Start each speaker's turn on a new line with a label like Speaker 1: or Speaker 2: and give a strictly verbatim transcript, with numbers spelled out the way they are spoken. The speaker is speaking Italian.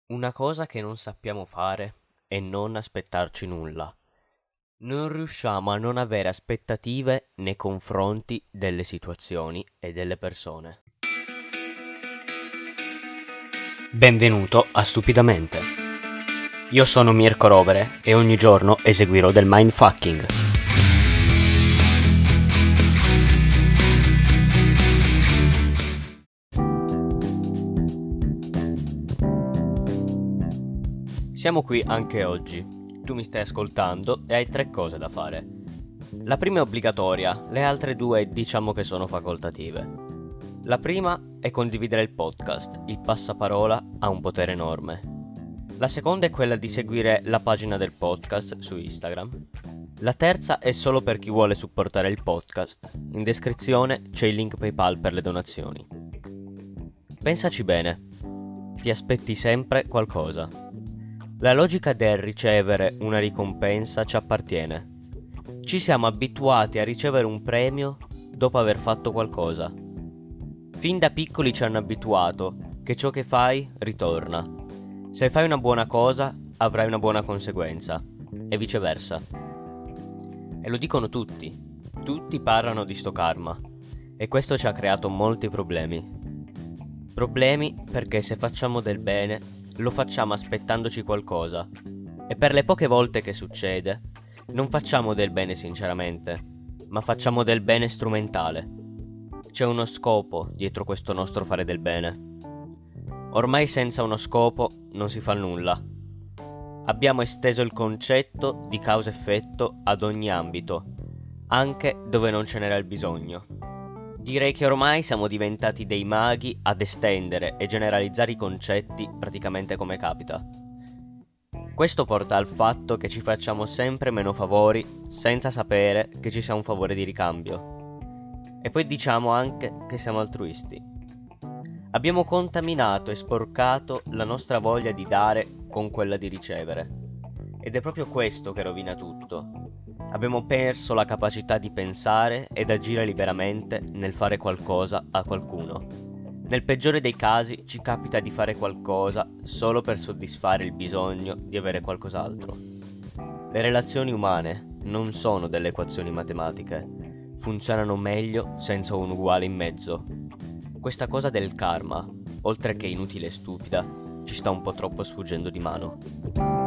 Speaker 1: Una cosa che non sappiamo fare è non aspettarci nulla. Non riusciamo a non avere aspettative nei confronti delle situazioni e delle persone. Benvenuto a Stupidamente. Io sono Mirko Rovere e ogni giorno eseguirò del mindfucking. Siamo qui anche oggi. Tu mi stai ascoltando e hai tre cose da fare. La prima è obbligatoria, le altre due diciamo che sono facoltative. La prima è condividere il podcast, il passaparola ha un potere enorme. La seconda è quella di seguire la pagina del podcast su Instagram. La terza è solo per chi vuole supportare il podcast. In descrizione c'è il link PayPal per le donazioni. Pensaci bene, ti aspetti sempre qualcosa. La logica del ricevere una ricompensa ci appartiene. Ci siamo abituati a ricevere un premio dopo aver fatto qualcosa. Fin da piccoli ci hanno abituato che ciò che fai ritorna. Se fai una buona cosa avrai una buona conseguenza e viceversa. E lo dicono tutti. Tutti parlano di sto karma e questo ci ha creato molti problemi. Problemi perché se facciamo del bene lo facciamo aspettandoci qualcosa e per le poche volte che succede non facciamo del bene sinceramente, ma facciamo del bene strumentale. C'è uno scopo dietro questo nostro fare del bene. Ormai senza uno scopo non si fa nulla. Abbiamo esteso il concetto di causa-effetto ad ogni ambito, anche dove non ce n'era il bisogno. Direi che ormai siamo diventati dei maghi ad estendere e generalizzare i concetti praticamente come capita. Questo porta al fatto che ci facciamo sempre meno favori senza sapere che ci sia un favore di ricambio. E poi diciamo anche che siamo altruisti. Abbiamo contaminato e sporcato la nostra voglia di dare con quella di ricevere. Ed è proprio questo che rovina tutto. Abbiamo perso la capacità di pensare ed agire liberamente nel fare qualcosa a qualcuno. Nel peggiore dei casi ci capita di fare qualcosa solo per soddisfare il bisogno di avere qualcos'altro. Le relazioni umane non sono delle equazioni matematiche, funzionano meglio senza un uguale in mezzo. Questa cosa del karma, oltre che inutile e stupida, ci sta un po' troppo sfuggendo di mano.